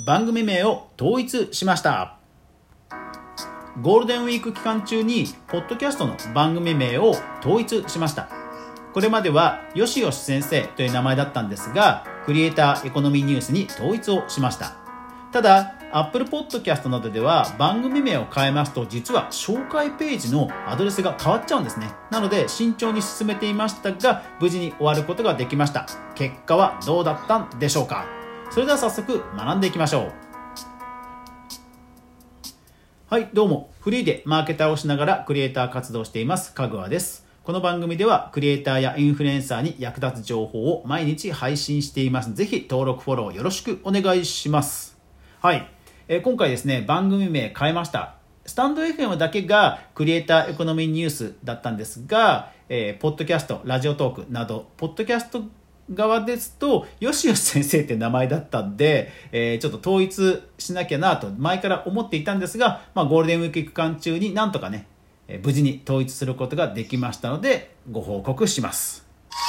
番組名を統一しました。ゴールデンウィーク期間中にポッドキャストの番組名を統一しました。これまではよしよし先生という名前だったんですが、クリエイターエコノミーニュースに統一をしました。ただ Apple Podcast などでは番組名を変えますと、実は紹介ページのアドレスが変わっちゃうんですね。なので慎重に進めていましたが、無事に終わることができました。結果はどうだったんでしょうか。それでは早速学んでいきましょう。はい、どうも。フリーでマーケターをしながらクリエイター活動していますかぐわです。この番組ではクリエイターやインフルエンサーに役立つ情報を毎日配信しています。ぜひ登録フォローよろしくお願いします。はい、今回ですね、番組名変えました。スタンド FM だけがクリエイターエコノミーニュースだったんですが、ポッドキャスト、ラジオトークなどポッドキャスト側ですとよしよし先生って名前だったんで、ちょっと統一しなきゃなと前から思っていたんですが、ゴールデンウィーク期間中になんとかね、無事に統一することができましたのでご報告します。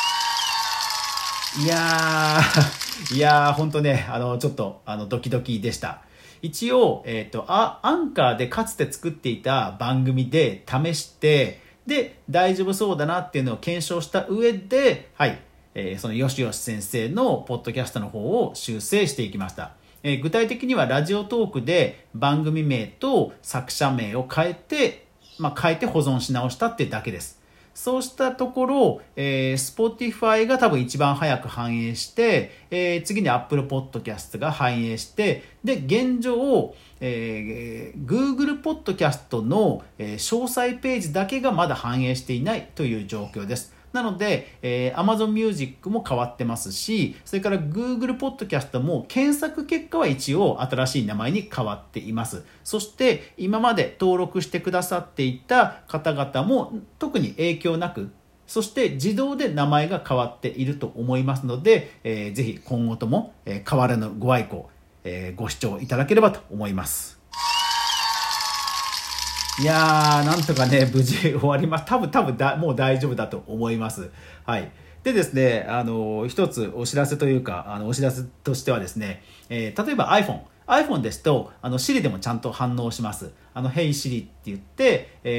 いやー本当ね、ちょっとドキドキでした。一応、アンカーでかつて作っていた番組で試して、で大丈夫そうだなっていうのを検証した上で、はい、そのよしよし先生のポッドキャストの方を修正していきました。具体的にはラジオトークで番組名と作者名を変えて、保存し直したっていうだけです。そうしたところ、Spotify が多分一番早く反映して、次に Apple Podcast が反映して、で現状、Google Podcast の、詳細ページだけがまだ反映していないという状況です。なので、Amazon Music も変わってますし、それから Google Podcast も検索結果は一応新しい名前に変わっています。そして今まで登録してくださっていた方々も特に影響なく、そして自動で名前が変わっていると思いますので、ぜひ今後とも、変わらぬご愛顧、ご視聴いただければと思います。いやー、なんとかね、無事終わります。多分もう大丈夫だと思います。はい。でですね、一つお知らせというか、お知らせとしてはですね、例えば iPhone ですと、Siri でもちゃんと反応します。Hey Siri って言って、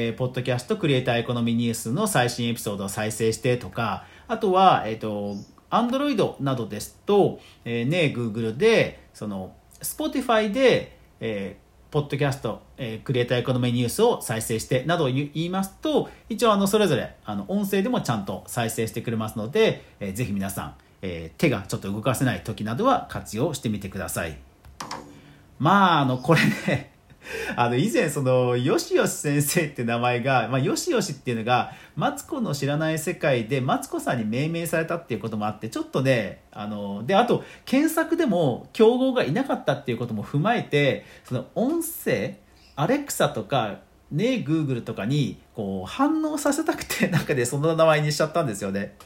ポッドキャストクリエイターエコノミーニュースの最新エピソードを再生してとか、あとは、Android などですと、Google で、Spotify で、ポッドキャスト、クリエイターエコノミーニュースを再生してなどを言いますと、一応それぞれ音声でもちゃんと再生してくれますので、ぜひ皆さん、手がちょっと動かせない時などは活用してみてください。これね以前よしよし先生って名前が、よしよしっていうのがマツコの知らない世界でマツコさんに命名されたっていうこともあって、ちょっとねであと検索でも競合がいなかったっていうことも踏まえて、音声アレクサとかGoogle とかにこう反応させたくて、なんかでその名前にしちゃったんですよね。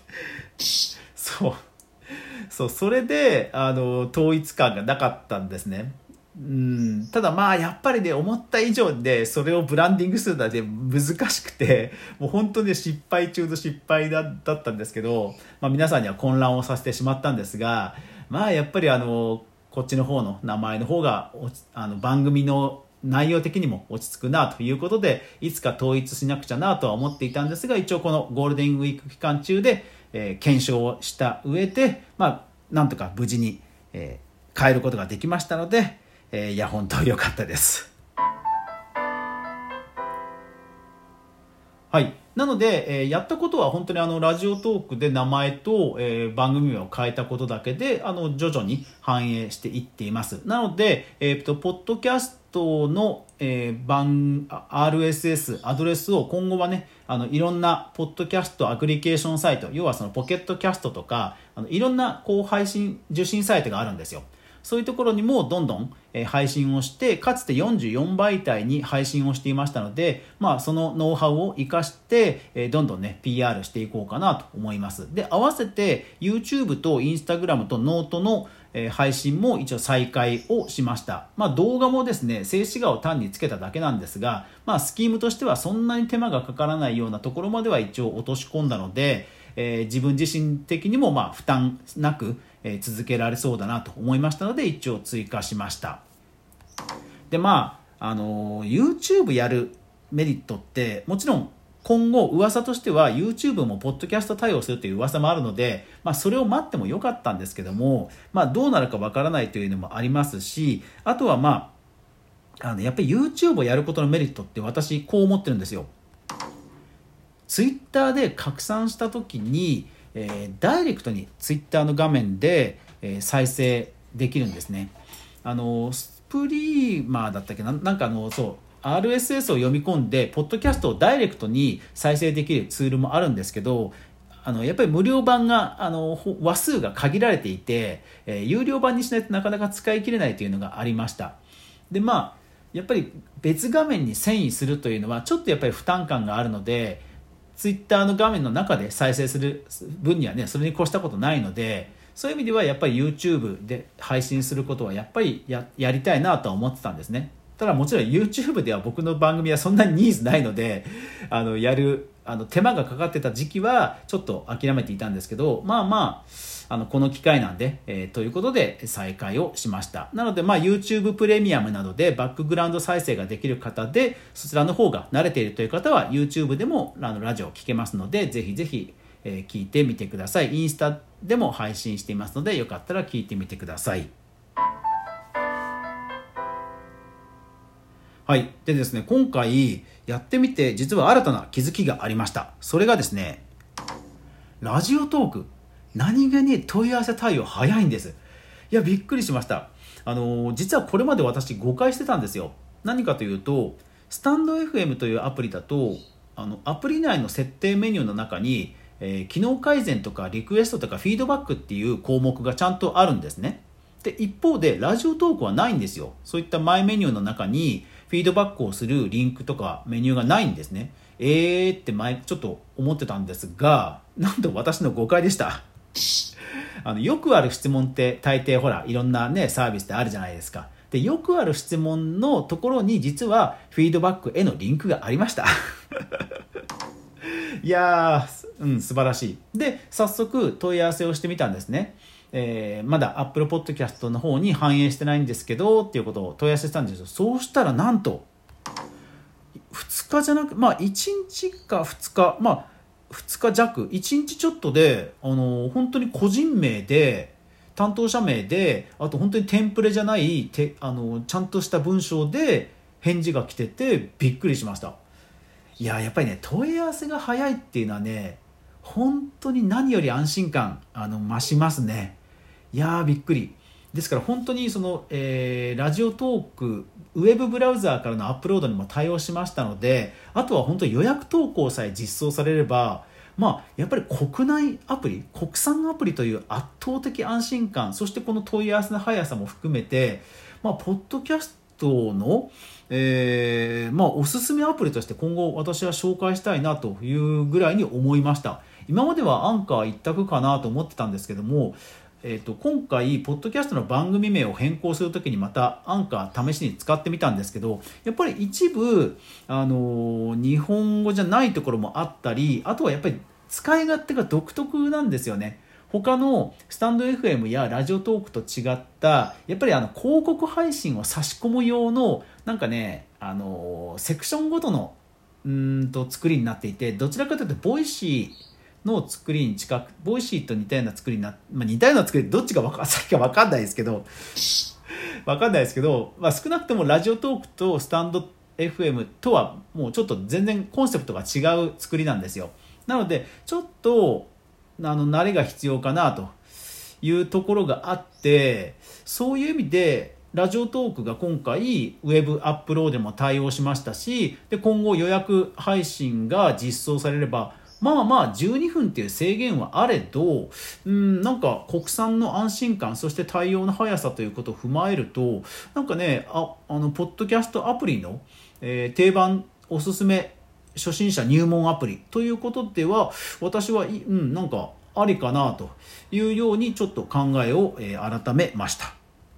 それで統一感がなかったんですね。ただやっぱりね、思った以上でそれをブランディングするのは難しくて、もう本当に失敗中の失敗だったんですけど、皆さんには混乱をさせてしまったんですが、やっぱりこっちの方の名前の方が番組の内容的にも落ち着くなということで、いつか統一しなくちゃなとは思っていたんですが、一応このゴールデンウィーク期間中で、検証をした上で、なんとか無事に、変えることができましたので、いや本当に良かったです。はい。なので、やったことは本当にラジオトークで名前と、番組名を変えたことだけで徐々に反映していっています。なので、ポッドキャストの、RSS アドレスを今後はね、いろんなポッドキャストアグリケーションサイト、要はポケットキャストとかいろんな配信受信サイトがあるんですよ。そういうところにもどんどん配信をして、かつて44媒体に配信をしていましたので、そのノウハウを生かしてどんどんね PR していこうかなと思います。で、合わせて YouTube と Instagram とノートの配信も一応再開をしました。動画もですね、静止画を単につけただけなんですが、スキームとしてはそんなに手間がかからないようなところまでは一応落とし込んだので、自分自身的にも負担なく、 続けられそうだなと思いましたので一応追加しました。でYouTube やるメリットってもちろん今後噂としては YouTube もポッドキャスト対応するという噂もあるので、それを待ってもよかったんですけども、どうなるかわからないというのもありますし、あとはやっぱり YouTube をやることのメリットって私こう思ってるんですよ。Twitter で拡散した時に、ダイレクトに Twitter の画面で、再生できるんですね。スプリーマーだったっけな、RSS を読み込んでポッドキャストをダイレクトに再生できるツールもあるんですけど、やっぱり無料版が話数が限られていて、有料版にしないとなかなか使い切れないというのがありました。でやっぱり別画面に遷移するというのはちょっとやっぱり負担感があるので、Twitter の画面の中で再生する分にはねそれに越したことないので、そういう意味ではやっぱり YouTube で配信することはやっぱり やりたいなとは思ってたんですね。ただもちろん YouTube では僕の番組はそんなにニーズないのでやる手間がかかってた時期はちょっと諦めていたんですけど、この機会なんで、ということで再開をしました。なのでYouTube プレミアムなどでバックグラウンド再生ができる方で、そちらの方が慣れているという方は YouTube でもラジオを聞けますので、ぜひぜひ聞いてみてください。インスタでも配信していますので、よかったら聞いてみてください。はい。でですね、今回やってみて実は新たな気づきがありました。それがですね、ラジオトーク、何気に問い合わせ対応早いんです。いや、びっくりしました。実はこれまで私誤解してたんですよ。何かというと、スタンド FM というアプリだと、アプリ内の設定メニューの中に、機能改善とかリクエストとかフィードバックっていう項目がちゃんとあるんですね。で、一方でラジオトークはないんですよ。そういったマイメニューの中にフィードバックをするリンクとかメニューがないんですね。って前ちょっと思ってたんですが、なんと私の誤解でした。よくある質問って大抵ほらいろんなねサービスであるじゃないですか。で、よくある質問のところに実はフィードバックへのリンクがありました。いやー、素晴らしい。で、早速問い合わせをしてみたんですね。まだ Apple Podcast の方に反映してないんですけどっていうことを問い合わせしたんですよ。そうしたらなんと2日じゃなく1日か2日2日弱1日ちょっとで本当に個人名で担当者名で、あと本当にテンプレじゃないちゃんとした文章で返事が来ててびっくりしました。いや、やっぱりね問い合わせが早いっていうのはね本当に何より安心感増しますね。いやー、びっくりですから、本当にその、ラジオトークウェブブラウザーからのアップロードにも対応しましたので、あとは本当に予約投稿さえ実装されれば、やっぱり国内アプリ国産アプリという圧倒的安心感、そしてこの問い合わせの速さも含めて、ポッドキャストのおすすめアプリとして今後私は紹介したいなというぐらいに思いました。今まではアンカー一択かなと思ってたんですけども、今回ポッドキャストの番組名を変更するときにまたアンカー試しに使ってみたんですけど、やっぱり一部日本語じゃないところもあったり、あとはやっぱり使い勝手が独特なんですよね。他のスタンド FM やラジオトークと違ったやっぱり広告配信を差し込む用のセクションごとの作りになっていて、どちらかというとボイシーの作りに近く、ボイシーと似たような作りに似たような作り、どっちが先か分かんないですけど少なくともラジオトークとスタンド FM とはもうちょっと全然コンセプトが違う作りなんですよ。なのでちょっと慣れが必要かなというところがあって、そういう意味でラジオトークが今回ウェブアップロードでも対応しましたし、で今後予約配信が実装されれば12分っていう制限はあれど、なんか国産の安心感、そして対応の速さということを踏まえると、なんかねポッドキャストアプリの、定番おすすめ初心者入門アプリということでは私はなんかありかなというようにちょっと考えを、改めました。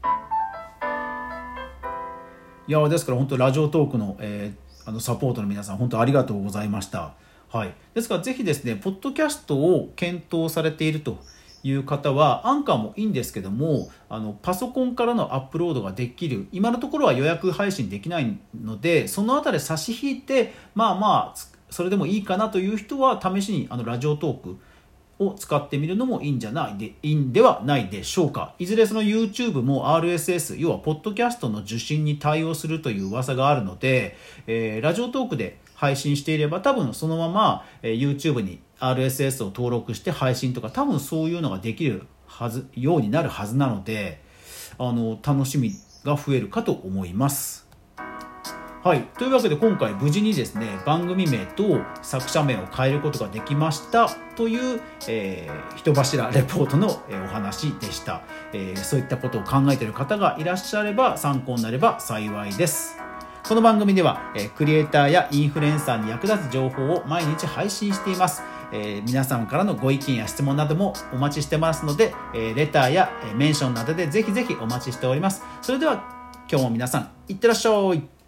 いやですから本当ラジオトークの、サポートの皆さん本当ありがとうございました。はい、ですからぜひですねポッドキャストを検討されているという方はアンカーもいいんですけども、パソコンからのアップロードができる、今のところは予約配信できないので、そのあたり差し引いてそれでもいいかなという人は試しにラジオトークを使ってみるのもいいんではないでしょうか。いずれその YouTube も RSS、 要はポッドキャストの受信に対応するという噂があるので、ラジオトークで配信していれば多分そのまま、YouTube に RSS を登録して配信とか、多分そういうのができるようになるはずなので、楽しみが増えるかと思います。はい、というわけで今回無事にですね、番組名と作者名を変えることができましたという、人柱レポートの、お話でした。そういったことを考えている方がいらっしゃれば参考になれば幸いです。この番組では、クリエイターやインフルエンサーに役立つ情報を毎日配信しています。皆さんからのご意見や質問などもお待ちしてますので、レターやメンションなどでぜひぜひお待ちしております。それでは今日も皆さんいってらっしゃい。